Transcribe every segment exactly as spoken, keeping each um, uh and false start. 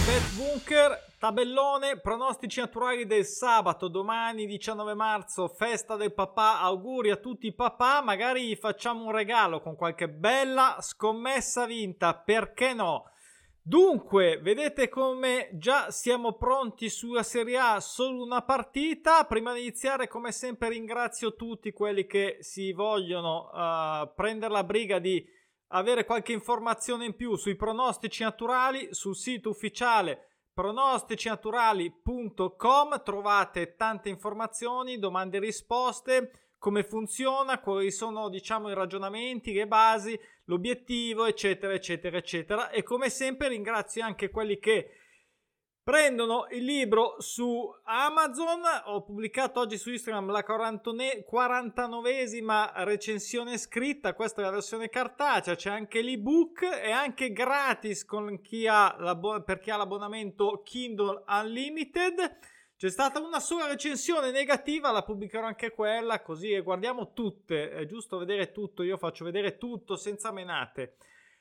Bet Bunker, tabellone, pronostici naturali del sabato, domani diciannove marzo, festa del papà, auguri a tutti i papà, magari gli facciamo un regalo con qualche bella scommessa vinta, perché no? Dunque, vedete come già siamo pronti sulla Serie A, solo una partita. Prima di iniziare, come sempre, ringrazio tutti quelli che si vogliono uh, prendere la briga di avere qualche informazione in più sui pronostici naturali. Sul sito ufficiale pronostici naturali punto com trovate tante informazioni, domande e risposte, come funziona, quali sono, diciamo, i ragionamenti, le basi, l'obiettivo, eccetera eccetera eccetera. E come sempre ringrazio anche quelli che prendono il libro su Amazon. Ho pubblicato oggi su Instagram la quarantanovesima recensione scritta. Questa è la versione cartacea, c'è anche l'ebook e anche gratis con chi ha per chi ha l'abbonamento Kindle Unlimited. C'è stata una sola recensione negativa, la pubblicherò anche quella, così guardiamo tutte. È giusto vedere tutto, io faccio vedere tutto senza menate.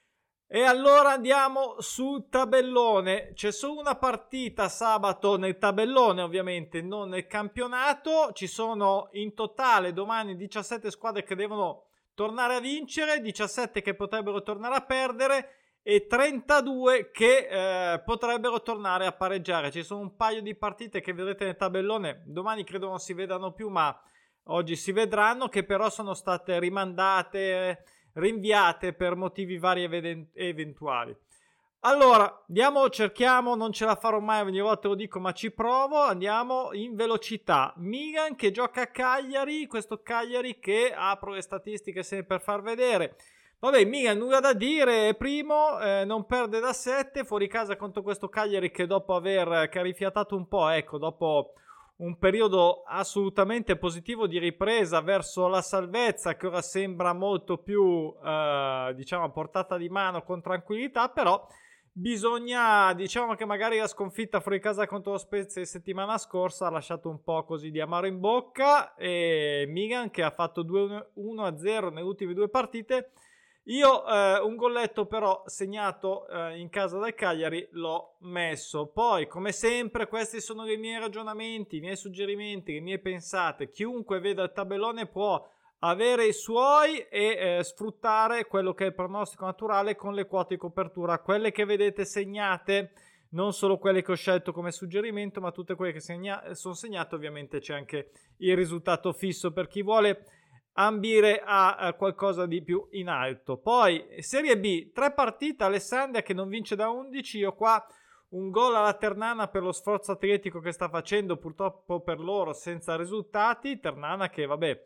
E allora andiamo sul tabellone. C'è solo una partita sabato nel tabellone, ovviamente non nel campionato. Ci sono in totale domani diciassette squadre che devono tornare a vincere, diciassette che potrebbero tornare a perdere e trentadue che eh, potrebbero tornare a pareggiare. Ci sono un paio di partite che vedrete nel tabellone, domani credo non si vedano più, ma oggi si vedranno, che però sono state rimandate, rinviate per motivi vari e eventuali. Allora, andiamo, cerchiamo, non ce la farò mai, ogni volta lo dico, ma ci provo. Andiamo in velocità. Milan che gioca a Cagliari, questo Cagliari che apro le statistiche sempre per far vedere. Vabbè, Milan nulla da dire, è primo, eh, non perde da sette, fuori casa contro questo Cagliari che dopo aver che ha rifiatato un po', ecco, dopo un periodo assolutamente positivo di ripresa verso la salvezza, che ora sembra molto più, eh, diciamo, a portata di mano con tranquillità, però bisogna, diciamo che magari la sconfitta fuori casa contro lo Spezia settimana scorsa ha lasciato un po' così di amaro in bocca, e Milan che ha fatto due uno a zero nelle ultime due partite. Io eh, un golletto però segnato eh, in casa del Cagliari l'ho messo. Poi, come sempre, questi sono i miei ragionamenti, i miei suggerimenti, le mie pensate. Chiunque veda il tabellone può avere i suoi e eh, sfruttare quello che è il pronostico naturale con le quote di copertura, quelle che vedete segnate, non solo quelle che ho scelto come suggerimento, ma tutte quelle che segna- sono segnate. Ovviamente c'è anche il risultato fisso per chi vuole ambire a, a qualcosa di più in alto. Poi Serie B, tre partite, Alessandria che non vince da undici. Io qua un gol alla Ternana per lo sforzo atletico che sta facendo, purtroppo per loro senza risultati. Ternana che vabbè,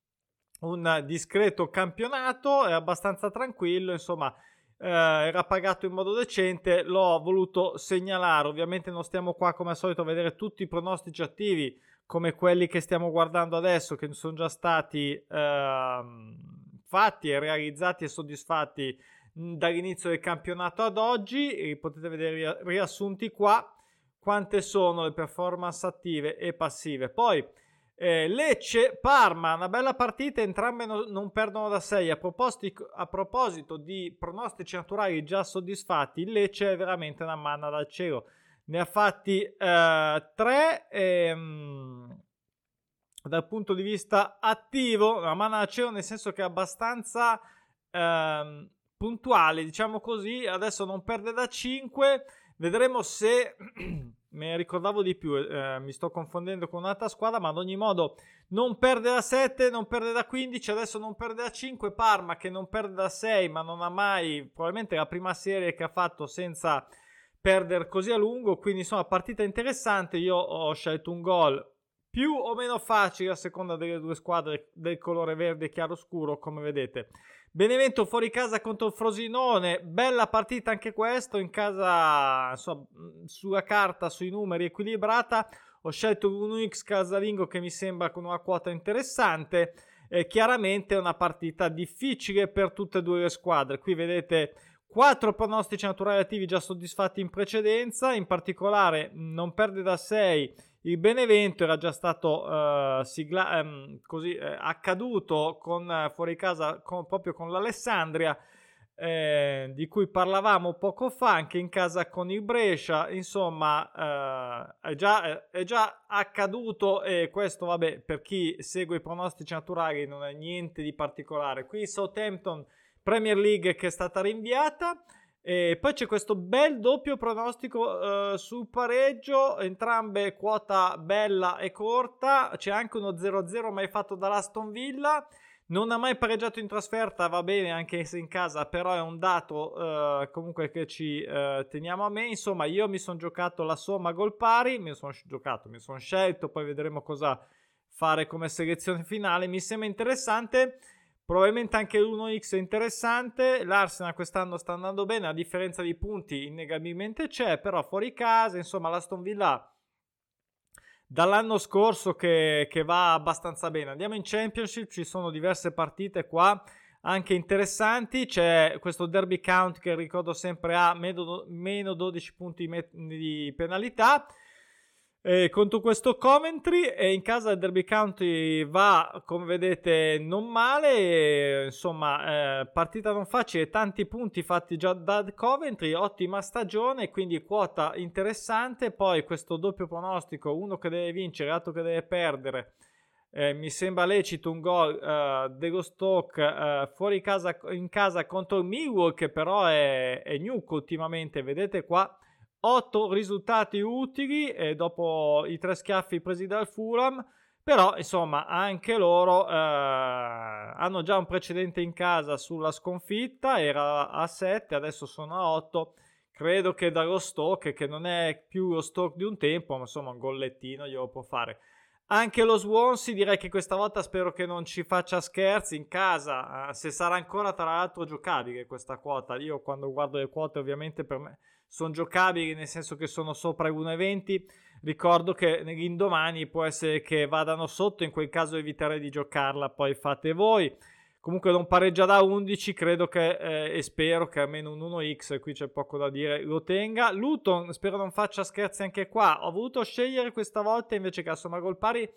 un discreto campionato, è abbastanza tranquillo, insomma, eh, era pagato in modo decente, l'ho voluto segnalare. Ovviamente non stiamo qua come al solito a vedere tutti i pronostici attivi come quelli che stiamo guardando adesso, che sono già stati eh, fatti e realizzati e soddisfatti dall'inizio del campionato ad oggi. E potete vedere riassunti qua quante sono le performance attive e passive. Poi eh, Lecce, Parma, una bella partita, entrambe no, non perdono da sei. A proposito, a proposito di pronostici naturali già soddisfatti, il Lecce è veramente una manna dal cielo. Ne ha fatti eh, tre ehm, dal punto di vista attivo, una manna da cielo nel senso che è abbastanza ehm, puntuale, diciamo così. Adesso non perde da cinque, vedremo se me ne ricordavo di più, eh, mi sto confondendo con un'altra squadra, ma ad ogni modo non perde da sette, non perde da quindici, adesso non perde da cinque. Parma che non perde da sei, ma non ha mai, probabilmente la prima serie che ha fatto senza perdere così a lungo, quindi insomma partita interessante. Io ho scelto un gol più o meno facile a seconda delle due squadre del colore verde chiaroscuro, come vedete. Benevento fuori casa contro il Frosinone, bella partita anche questo, in casa, insomma, sulla carta, sui numeri equilibrata. Ho scelto un X casalingo che mi sembra con una quota interessante. E chiaramente è una partita difficile per tutte e due le squadre. Qui vedete quattro pronostici naturali attivi già soddisfatti in precedenza, in particolare non perde da sei il Benevento, era già stato uh, sigla, um, così, eh, accaduto con, uh, fuori casa con, proprio con l'Alessandria. eh, di cui parlavamo poco fa, anche in casa con il Brescia. Insomma, eh, è, già, è già accaduto, e questo, vabbè, per chi segue i pronostici naturali non è niente di particolare. Qui Southampton Premier League che è stata rinviata. E poi c'è questo bel doppio pronostico eh, sul pareggio, entrambe quota bella e corta. C'è anche uno zero a zero mai fatto dall'Aston Villa. Non ha mai pareggiato in trasferta, va bene anche se in casa, però è un dato eh, comunque che ci eh, teniamo a me. Insomma, io mi sono giocato la somma gol pari, mi sono giocato, mi sono scelto, poi vedremo cosa fare come selezione finale. Mi sembra interessante. Probabilmente anche l'uno x è interessante. L'Arsenal quest'anno sta andando bene, a differenza di punti innegabilmente c'è, però fuori casa, insomma, l'Aston Villa dall'anno scorso che, che va abbastanza bene. Andiamo in Championship, ci sono diverse partite qua anche interessanti. C'è questo Derby County che ricordo sempre ha meno dodici punti di penalità. Eh, contro questo Coventry, e in casa del Derby County va, come vedete, non male. E, insomma, eh, partita non facile, tanti punti fatti già da Coventry, ottima stagione, quindi quota interessante. Poi questo doppio pronostico, uno che deve vincere, l'altro che deve perdere. Eh, mi sembra lecito un gol uh, dello Stoke uh, fuori casa, in casa contro il Millwall, che però è, è nuco ultimamente, vedete qua. otto risultati utili e dopo i tre schiaffi presi dal Fulham, però insomma anche loro eh, hanno già un precedente in casa sulla sconfitta, era a sette, adesso sono a otto. Credo che dallo Stoke, che non è più lo Stoke di un tempo, ma insomma un gollettino glielo può fare. Anche lo Swansea, direi che questa volta spero che non ci faccia scherzi in casa, eh, se sarà ancora tra l'altro giocabile questa quota. Io quando guardo le quote, ovviamente per me sono giocabili, nel senso che sono sopra i uno virgola venti. Ricordo che l'indomani può essere che vadano sotto, in quel caso eviterei di giocarla, poi fate voi. Comunque non pareggia da undici, credo che eh, e spero che almeno un uno x, qui c'è poco da dire, lo tenga. Luton, spero non faccia scherzi anche qua. Ho voluto scegliere questa volta invece che a somma gol pari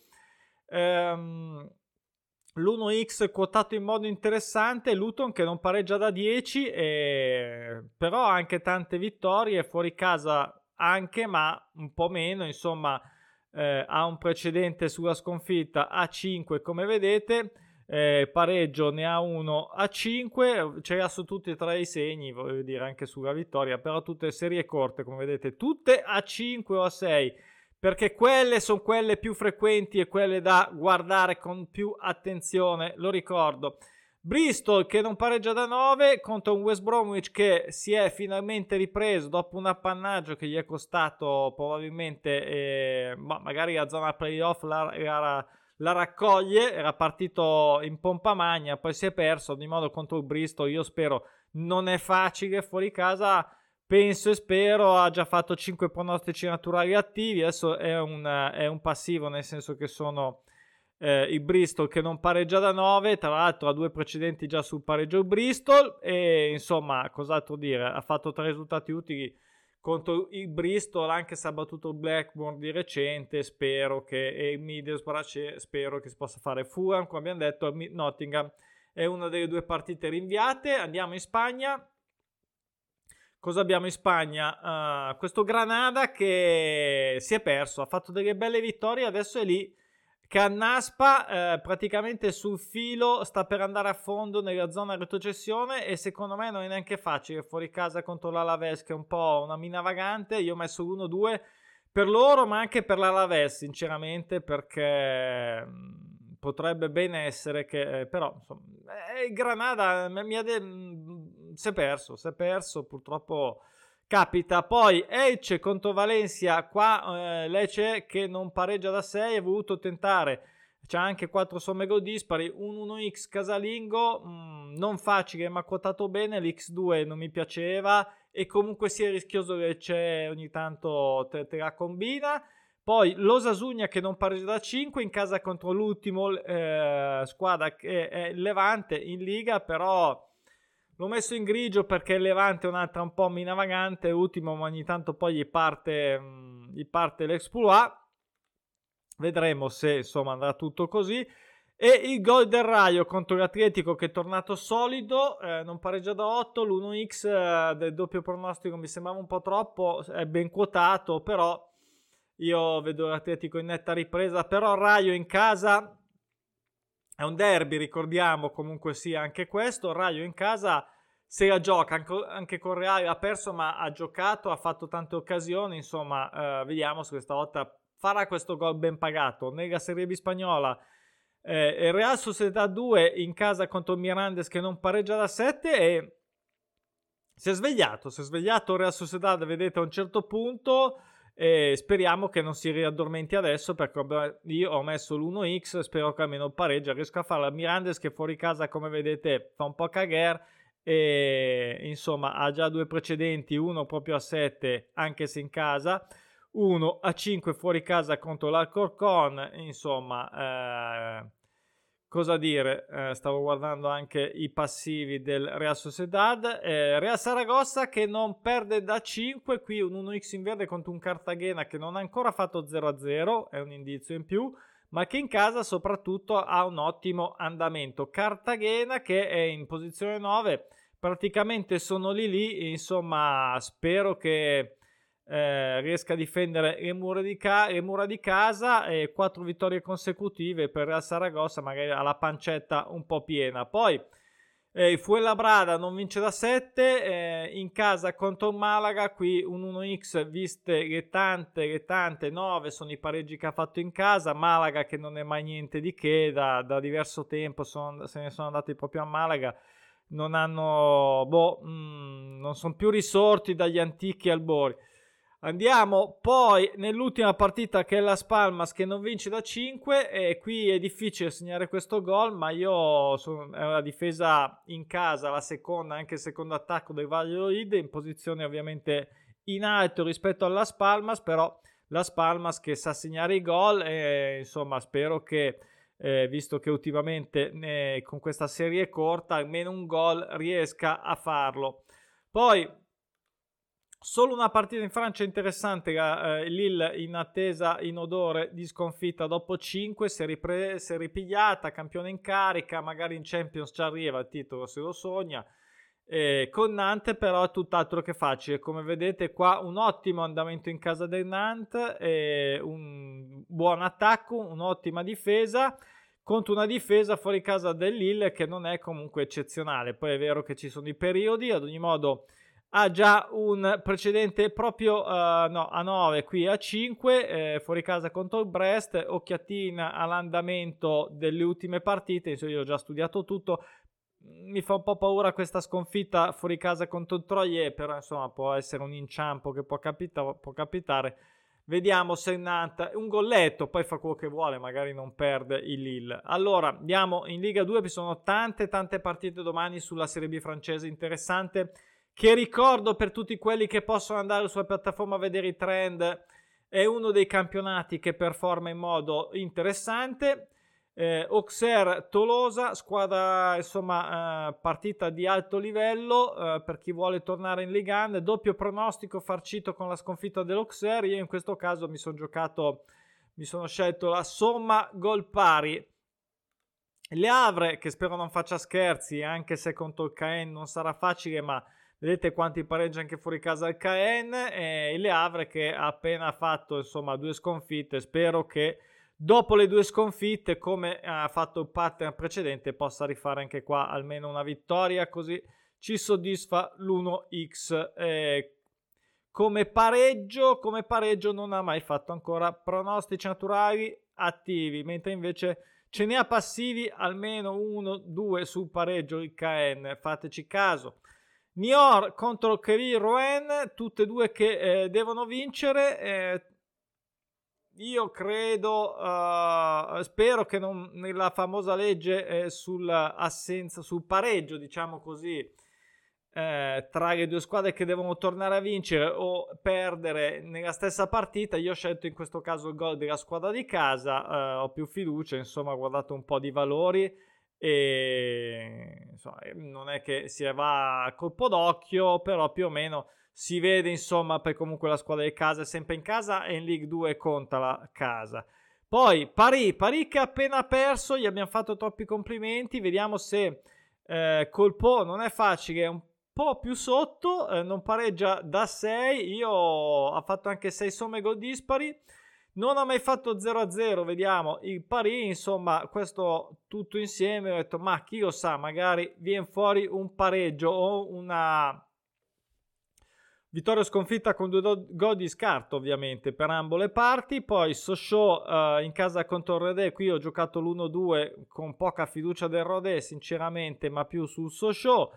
ehm, l'uno x quotato in modo interessante. Luton che non pareggia da dieci, e... però ha anche tante vittorie, fuori casa anche, ma un po' meno. Insomma, eh, ha un precedente sulla sconfitta a cinque, come vedete. Eh, pareggio ne ha uno a cinque, c'era su tutti e tre i segni, voglio dire, anche sulla vittoria, però tutte serie corte, come vedete, tutte a cinque o a sei, perché quelle sono quelle più frequenti e quelle da guardare con più attenzione, lo ricordo. Bristol che non pareggia da nove contro un West Bromwich che si è finalmente ripreso dopo un appannaggio che gli è costato probabilmente, eh, ma magari la zona playoff la, la, la raccoglie. Era partito in pompa magna, poi si è perso. Di modo contro il Bristol, io spero, non è facile fuori casa, penso e spero. Ha già fatto cinque pronostici naturali attivi, adesso è un, è un passivo, nel senso che sono eh, il Bristol che non pareggia da nove, tra l'altro ha due precedenti già sul pareggio il Bristol, e insomma cos'altro dire, ha fatto tre risultati utili contro il Bristol, anche se ha battuto il Blackburn di recente. Spero che e il Middlesbrough spero che si possa fare. Fulham, come abbiamo detto, Nottingham è una delle due partite rinviate. Andiamo in Spagna. Cosa abbiamo in Spagna? Uh, questo Granada che si è perso, ha fatto delle belle vittorie, adesso è lì che annaspa, eh, praticamente sul filo, sta per andare a fondo nella zona retrocessione, e secondo me non è neanche facile fuori casa contro l'Alaves, che è un po' una mina vagante. Io ho messo l'uno due per loro, ma anche per l'Alaves sinceramente, perché mh, potrebbe bene essere che eh, però insomma, eh, il Granada mi ha de- si è perso, si è perso purtroppo. Capita. Poi Elche contro Valencia, qua eh, Lecce che non pareggia da sei, ha voluto tentare, c'ha anche quattro somme gol dispari, un uno x casalingo, mh, non facile ma quotato bene, l'X due non mi piaceva, e comunque sia rischioso Lecce ogni tanto te, te la combina. Poi l'Osasuna che non pareggia da cinque, in casa contro l'ultimo eh, squadra che è il Levante in Liga, però l'ho messo in grigio perché il Levante è un'altra un po' mina vagante, ultimo, ma ogni tanto poi gli parte, mh, gli parte l'exploit. Vedremo se insomma andrà tutto così. E il gol del Raio contro l'Atletico, che è tornato solido, eh, non pareggia da otto. L'uno x eh, del doppio pronostico mi sembrava un po' troppo, è ben quotato, però io vedo l'Atletico in netta ripresa. Però Raio in casa è un derby, ricordiamo comunque sia anche questo. Raio in casa se la gioca, anche, anche con Reale ha perso, ma ha giocato, ha fatto tante occasioni, insomma, eh, vediamo se questa volta farà questo gol ben pagato. Nella Serie B spagnola Eh, Real Sociedad due in casa contro il Mirandes che non pareggia da sette, e si è svegliato, si è svegliato Real Sociedad, vedete, a un certo punto, e speriamo che non si riaddormenti adesso, perché io ho messo l'uno x, spero che almeno pareggia, riesco a farla. Il Mirandes che fuori casa, come vedete, fa un po' cagare, e insomma ha già due precedenti, uno proprio a sette anche se in casa, uno a cinque fuori casa contro l'Alcorcon. Insomma, eh, cosa dire, eh, stavo guardando anche i passivi del Real Sociedad. eh, Real Saragossa che non perde da cinque, qui un uno x in verde contro un Cartagena che non ha ancora fatto zero a zero, è un indizio in più, ma che in casa soprattutto ha un ottimo andamento. Cartagena che è in posizione nove, praticamente sono lì lì, insomma spero che Eh, riesca a difendere le mura di, ca- le mura di casa, e quattro vittorie consecutive per Real Saragossa, magari ha la pancetta un po' piena. Poi eh, il Fuenlabrada non vince da sette, eh, in casa contro il Malaga, qui un uno x, viste le tante, le tante nove sono i pareggi che ha fatto in casa. Malaga che non è mai niente di che, da, da diverso tempo sono, se ne sono andati proprio a Malaga, non hanno, boh, mh, non sono più risorti dagli antichi albori. Andiamo poi nell'ultima partita, che è Las Palmas che non vince da cinque, e qui è difficile segnare questo gol, ma io sono, è una difesa in casa, la seconda, anche il secondo attacco del Valladolid, in posizione ovviamente in alto rispetto a Las Palmas, però Las Palmas che sa segnare i gol, e insomma spero che eh, visto che ultimamente eh, con questa serie corta almeno un gol riesca a farlo. Poi solo una partita in Francia interessante, la, eh, Lille in attesa, in odore di sconfitta dopo cinque, si è, ripre- si è ripigliata, campione in carica, magari in Champions ci arriva, il titolo se lo sogna. Eh, con Nantes però è tutt'altro che facile, come vedete qua un ottimo andamento in casa del Nantes, eh, un buon attacco, un'ottima difesa contro una difesa fuori casa del Lille che non è comunque eccezionale. Poi è vero che ci sono i periodi, ad ogni modo ha già un precedente proprio uh, no, a nove, qui a cinque, eh, fuori casa contro il Brest. Occhiatina all'andamento delle ultime partite, insomma, io ho già studiato tutto, mi fa un po' paura questa sconfitta fuori casa contro il Troyes, però insomma può essere un inciampo che può, capita- può capitare. Vediamo se Nantes, un golletto, poi fa quello che vuole, magari non perde il Lille. Allora, andiamo in Liga due, ci sono tante tante partite domani sulla Serie B francese, interessante, che ricordo per tutti quelli che possono andare sulla piattaforma a vedere i trend, è uno dei campionati che performa in modo interessante. eh, Auxerre Tolosa, squadra insomma eh, partita di alto livello, eh, per chi vuole tornare in Ligue uno, doppio pronostico farcito con la sconfitta dell'Auxerre. Io in questo caso mi sono giocato, mi sono scelto la somma gol pari. Le Havre, che spero non faccia scherzi, anche se contro il Caen non sarà facile, ma vedete quanti pareggi anche fuori casa al Caen, e Le Havre che ha appena fatto insomma due sconfitte. Spero che dopo le due sconfitte, come ha fatto il partner precedente, possa rifare anche qua almeno una vittoria, così ci soddisfa l'uno x. Eh, come pareggio, come pareggio non ha mai fatto ancora pronostici naturali attivi, mentre invece ce ne ha passivi almeno uno due sul pareggio il Caen, fateci caso. Niort contro Quevilly Rouen, tutte e due che eh, devono vincere. Eh, io credo, uh, spero che non, nella famosa legge eh, sull'assenza, sul pareggio, diciamo così, eh, tra le due squadre che devono tornare a vincere o perdere nella stessa partita, io ho scelto in questo caso il gol della squadra di casa, eh, ho più fiducia, insomma, ho guardato un po' di valori e insomma, non è che si va a colpo d'occhio, però più o meno si vede, insomma, per comunque la squadra di casa è sempre in casa e in League due conta la casa. Poi Paris, Paris che ha appena perso, gli abbiamo fatto troppi complimenti, vediamo se eh, colpo non è facile, è un po' più sotto, eh, non pareggia da sei, io ha fatto anche sei somme gol dispari, non ha mai fatto zero a zero, vediamo il Paris, insomma questo tutto insieme ho detto ma chi lo sa, magari viene fuori un pareggio o una vittoria o sconfitta con due do- gol di scarto ovviamente per ambo le parti. Poi Sochaux uh, in casa contro il Rodez, qui ho giocato l'uno due con poca fiducia del Rodez sinceramente, ma più sul Sochaux.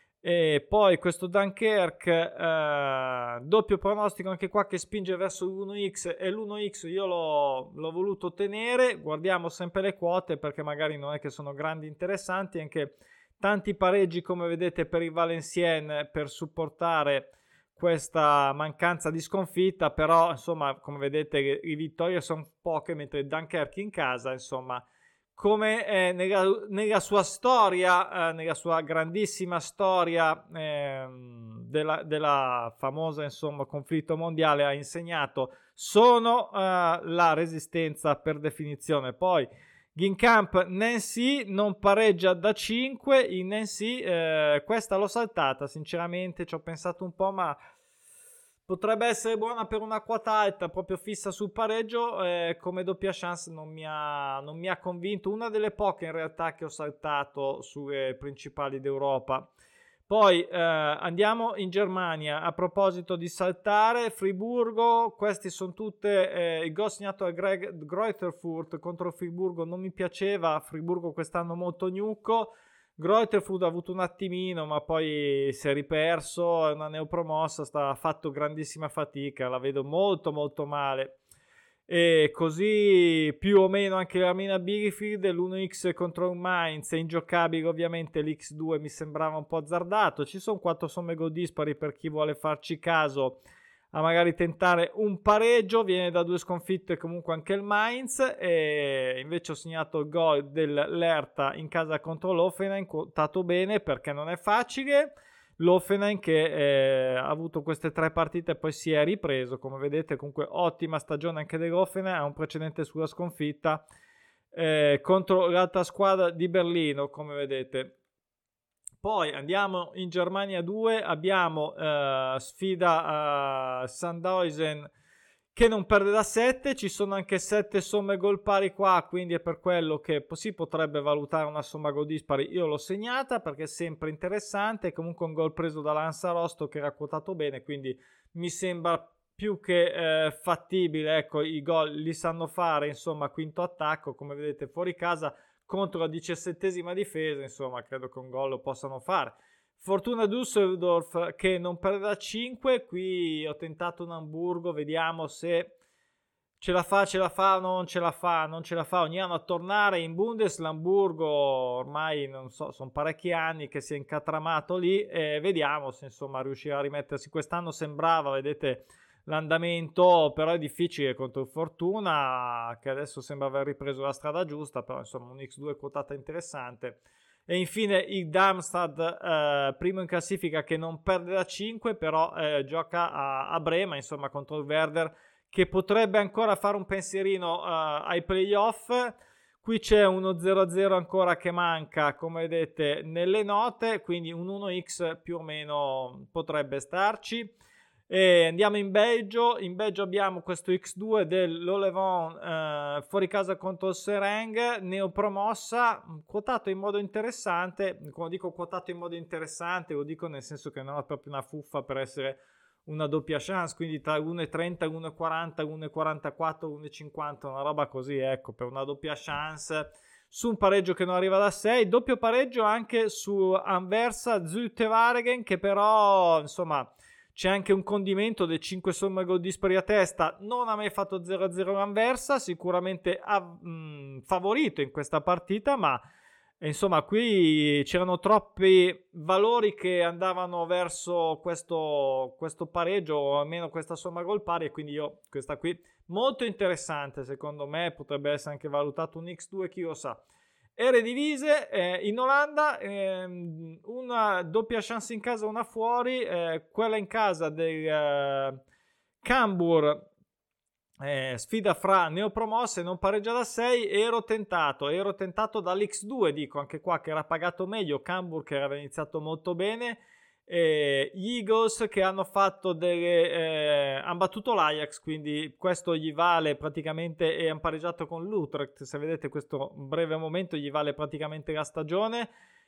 E poi questo Dunkerque, uh, doppio pronostico anche qua che spinge verso l'uno x, e l'uno x io l'ho, l'ho voluto tenere. Guardiamo sempre le quote perché magari non è che sono grandi interessanti, anche tanti pareggi come vedete per il Valenciennes per supportare questa mancanza di sconfitta, però insomma come vedete le vittorie sono poche, mentre Dunkerque in casa insomma come eh, nella, nella sua storia, eh, nella sua grandissima storia eh, della, della famosa insomma conflitto mondiale ha insegnato, sono eh, la resistenza per definizione. Poi Guingamp Nancy non pareggia da cinque in Nancy, eh, questa l'ho saltata sinceramente, ci ho pensato un po', ma potrebbe essere buona per una quota alta proprio fissa sul pareggio, eh, come doppia chance non mi, ha, non mi ha convinto, una delle poche in realtà che ho saltato sulle principali d'Europa. Poi eh, andiamo in Germania, a proposito di saltare, Friburgo, questi sono tutte, eh, il gol segnato a Greg Greuterfurt contro Friburgo non mi piaceva, Friburgo quest'anno molto gnucco, Greuterfurt ha avuto un attimino ma poi si è riperso, è una neopromossa, sta, ha fatto grandissima fatica, la vedo molto molto male. E così più o meno anche la Mina Bielefeld, l'uno x contro un Mainz è ingiocabile, ovviamente l'X due mi sembrava un po' azzardato. Ci sono quattro somme gol dispari per chi vuole farci caso a magari tentare un pareggio, viene da due sconfitte comunque anche il Mainz, e invece ho segnato il gol dell'Hertha in casa contro l'Hoffenheim, quotato bene perché non è facile. L'Hoffenheim che eh, ha avuto queste tre partite e poi si è ripreso, come vedete comunque ottima stagione anche dell'Hoffenheim, ha un precedente sulla sconfitta eh, contro l'altra squadra di Berlino, come vedete. Poi andiamo in Germania due, abbiamo eh, sfida a Sandhausen che non perde da sette, ci sono anche sette somme gol pari qua, quindi è per quello che si potrebbe valutare una somma gol dispari. Io l'ho segnata perché è sempre interessante, comunque un gol preso da Lanza Rosto che era quotato bene, quindi mi sembra più che eh, fattibile, ecco, i gol li sanno fare, insomma, quinto attacco, come vedete fuori casa contro la diciassettesima difesa, insomma, credo che un gol lo possano fare. Fortuna Düsseldorf che non perde da cinque, qui ho tentato un Hamburgo, vediamo se ce la fa, ce la fa o non ce la fa, non ce la fa ogni anno a tornare in Bundes. L'Hamburgo ormai non so, sono parecchi anni che si è incatramato lì, e vediamo se insomma riuscirà a rimettersi. Quest'anno sembrava, vedete l'andamento, però è difficile contro il Fortuna che adesso sembra aver ripreso la strada giusta, però insomma un X due quotata interessante. E infine il Darmstadt, eh, primo in classifica che non perde da cinque, però eh, gioca a, a Brema, insomma contro il Werder, che potrebbe ancora fare un pensierino uh, ai playoff. Qui c'è uno zero a zero ancora che manca, come vedete nelle note, quindi un uno x più o meno potrebbe starci. E andiamo in Belgio. In Belgio abbiamo questo X due dell'Olevon eh, fuori casa contro il Sereng, neopromossa, quotato in modo interessante. Come dico quotato in modo interessante, lo dico nel senso che non è proprio una fuffa per essere una doppia chance, quindi tra l'uno e trenta, l'uno e quaranta, l'uno e quarantaquattro, l'uno e cinquanta, una roba così, ecco, per una doppia chance su un pareggio che non arriva da sei. Doppio pareggio anche su Anversa Zulte Waregem, che però insomma c'è anche un condimento dei cinque somme gol dispari a testa, non ha mai fatto zero a zero l'Anversa, sicuramente ha mh, favorito in questa partita, ma insomma qui c'erano troppi valori che andavano verso questo, questo pareggio o almeno questa somma gol pari, e quindi io questa qui molto interessante, secondo me potrebbe essere anche valutato un X due, chi lo sa. Eredivisie eh, in Olanda, ehm, una doppia chance in casa, una fuori, eh, quella in casa del eh, Cambuur Eh, sfida fra neopromosse, non pareggia da sei. Ero tentato, ero tentato dall'X due, dico anche qua che era pagato meglio. Cambuur che aveva iniziato molto bene, eh, gli Eagles che hanno fatto delle eh, hanno battuto l'Ajax, quindi questo gli vale praticamente, e hanno pareggiato con l'Utrecht. Se vedete questo breve momento gli vale praticamente la stagione,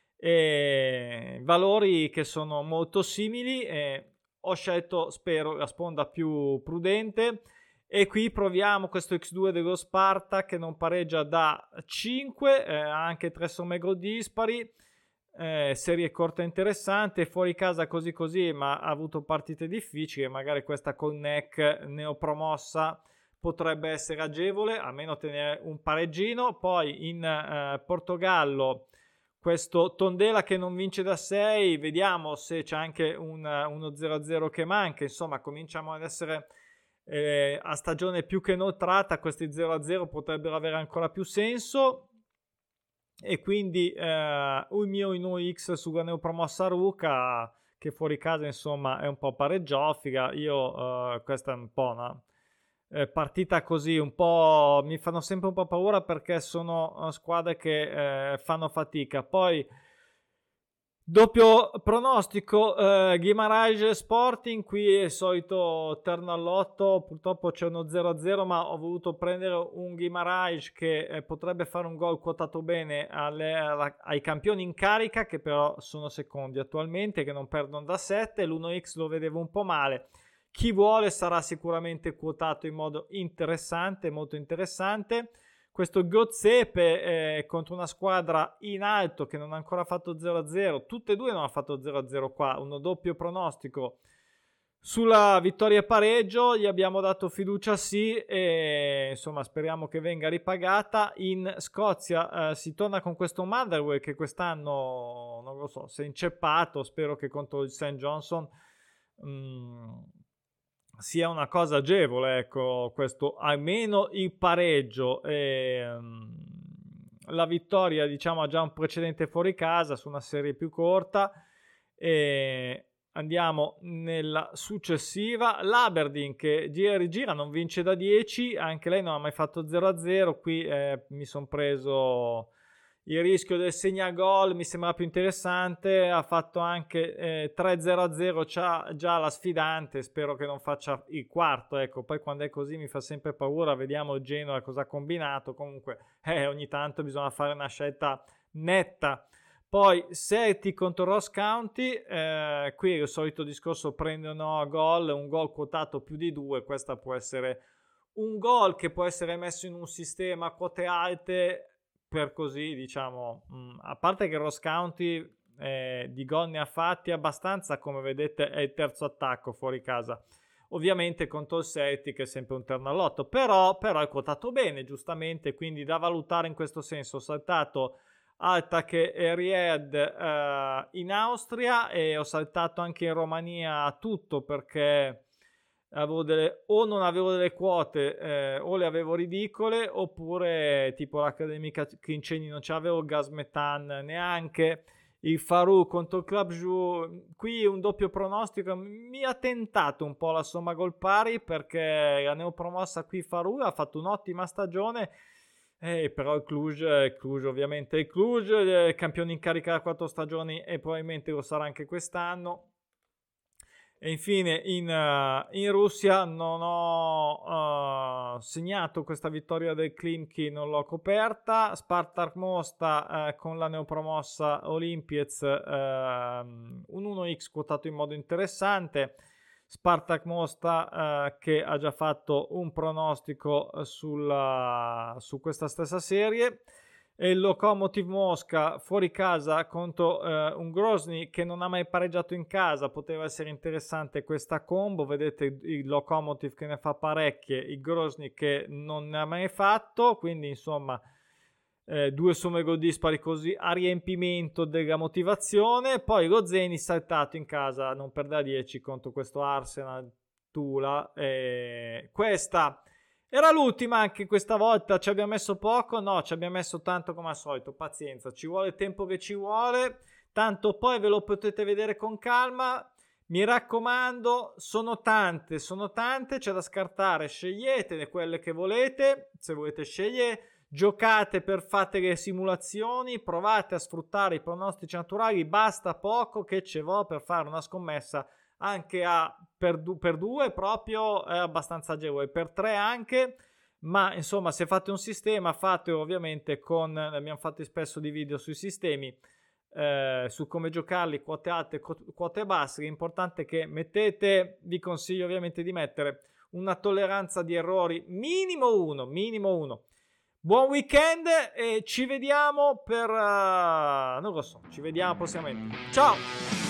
e valori che sono molto simili. Eh, ho scelto, spero, la sponda più prudente. E qui proviamo questo X due dello Sparta che non pareggia da cinque, eh, ha anche tre somme gol dispari, eh, serie corta interessante, fuori casa così così, ma ha avuto partite difficili. Magari questa con N E C neopromossa potrebbe essere agevole, almeno tenere un pareggino. Poi in eh, Portogallo questo Tondela che non vince da sei, vediamo se c'è anche un, uno zero a zero che manca. Insomma, cominciamo ad essere Eh, a stagione più che inoltrata, questi zero a zero potrebbero avere ancora più senso, e quindi eh, il mio in uno X sulla neopromossa Ruka che fuori casa insomma è un po' pareggioffiga. Io eh, questa è un po' una eh, partita così, un po' mi fanno sempre un po' paura perché sono uh, squadre che eh, fanno fatica. Poi doppio pronostico, eh, Guimarães Sporting, qui è solito terno all'otto, purtroppo c'è uno zero a zero, ma ho voluto prendere un Guimarães che eh, potrebbe fare un gol quotato bene alle, alla, ai campioni in carica, che però sono secondi attualmente, che non perdono da sette. L'uno X lo vedevo un po' male. Chi vuole sarà sicuramente quotato in modo interessante, molto interessante. Questo Gotzepe eh, contro una squadra in alto che non ha ancora fatto zero a zero, tutte e due non hanno fatto zero a zero qua, uno doppio pronostico sulla vittoria e pareggio, gli abbiamo dato fiducia sì, e insomma speriamo che venga ripagata. In Scozia eh, si torna con questo Motherwell che quest'anno non lo so, si è inceppato, spero che contro il Saint Johnson mh, sia una cosa agevole, ecco, questo almeno il pareggio. E, um, la vittoria diciamo ha già un precedente fuori casa su una serie più corta. E andiamo nella successiva, l'Aberdeen che gira e rigira, non vince da dieci, anche lei non ha mai fatto zero a zero. Qui eh, mi sono preso il rischio del segnagol, mi sembra più interessante. Ha fatto anche eh, tre zero a zero, c'ha già la sfidante, spero che non faccia il quarto, ecco. Poi quando è così mi fa sempre paura, vediamo il Genoa cosa ha combinato. Comunque eh, ogni tanto bisogna fare una scelta netta. Poi Celtic contro Ross County, eh, qui il solito discorso, prendono a gol, un gol quotato più di due, questa può essere un gol che può essere messo in un sistema a quote alte, per così diciamo, mh, a parte che Ross County eh, di gol ne ha fatti abbastanza, come vedete è il terzo attacco fuori casa. Ovviamente contro il Celtic è sempre un terno all'otto, però, però è quotato bene giustamente, quindi da valutare in questo senso. Ho saltato Alta che è Ried eh, in Austria, e ho saltato anche in Romania tutto perché avevo delle, o non avevo delle quote eh, o le avevo ridicole, oppure tipo l'Accademica Crinceni non c'avevo, il Gazmetan neanche, il Faru contro il Club Jou. Qui un doppio pronostico mi ha tentato un po' la somma gol pari, perché la neopromossa qui Faru ha fatto un'ottima stagione. Eh, però il Cluj, il Cluj ovviamente il Cluj, il campione in carica da quattro stagioni e probabilmente lo sarà anche quest'anno. E infine in, uh, in Russia non ho uh, segnato questa vittoria del Klimki, non l'ho coperta. Spartak Mosta uh, con la neopromossa Olympiec, uh, un uno X quotato in modo interessante. Spartak Mosta uh, che ha già fatto un pronostico sulla, su questa stessa serie. E il Lokomotiv Mosca fuori casa contro eh, un Grozny che non ha mai pareggiato in casa, poteva essere interessante questa combo. Vedete il Lokomotiv che ne fa parecchie, il Grozny che non ne ha mai fatto, quindi insomma eh, due somme gol dispari così a riempimento della motivazione. Poi lo Zenit saltato in casa, non perde a dieci contro questo Arsenal Tula. E questa era l'ultima anche questa volta. Ci abbiamo messo poco? No, ci abbiamo messo tanto come al solito. Pazienza, ci vuole il tempo che ci vuole. Tanto poi ve lo potete vedere con calma. Mi raccomando, sono tante, sono tante, c'è da scartare, sceglietene quelle che volete, se volete scegliere, giocate per fate le simulazioni, provate a sfruttare i pronostici naturali, basta poco che ce vo per fare una scommessa anche a per, du- per due proprio è abbastanza agevole, per tre anche, ma insomma se fate un sistema fatelo ovviamente con, abbiamo fatto spesso di video sui sistemi, eh, su come giocarli, quote alte, quote basse. L'importante è che mettete, vi consiglio ovviamente di mettere una tolleranza di errori minimo uno, minimo uno. Buon weekend e ci vediamo per uh, non lo so, ci vediamo prossimamente. Ciao!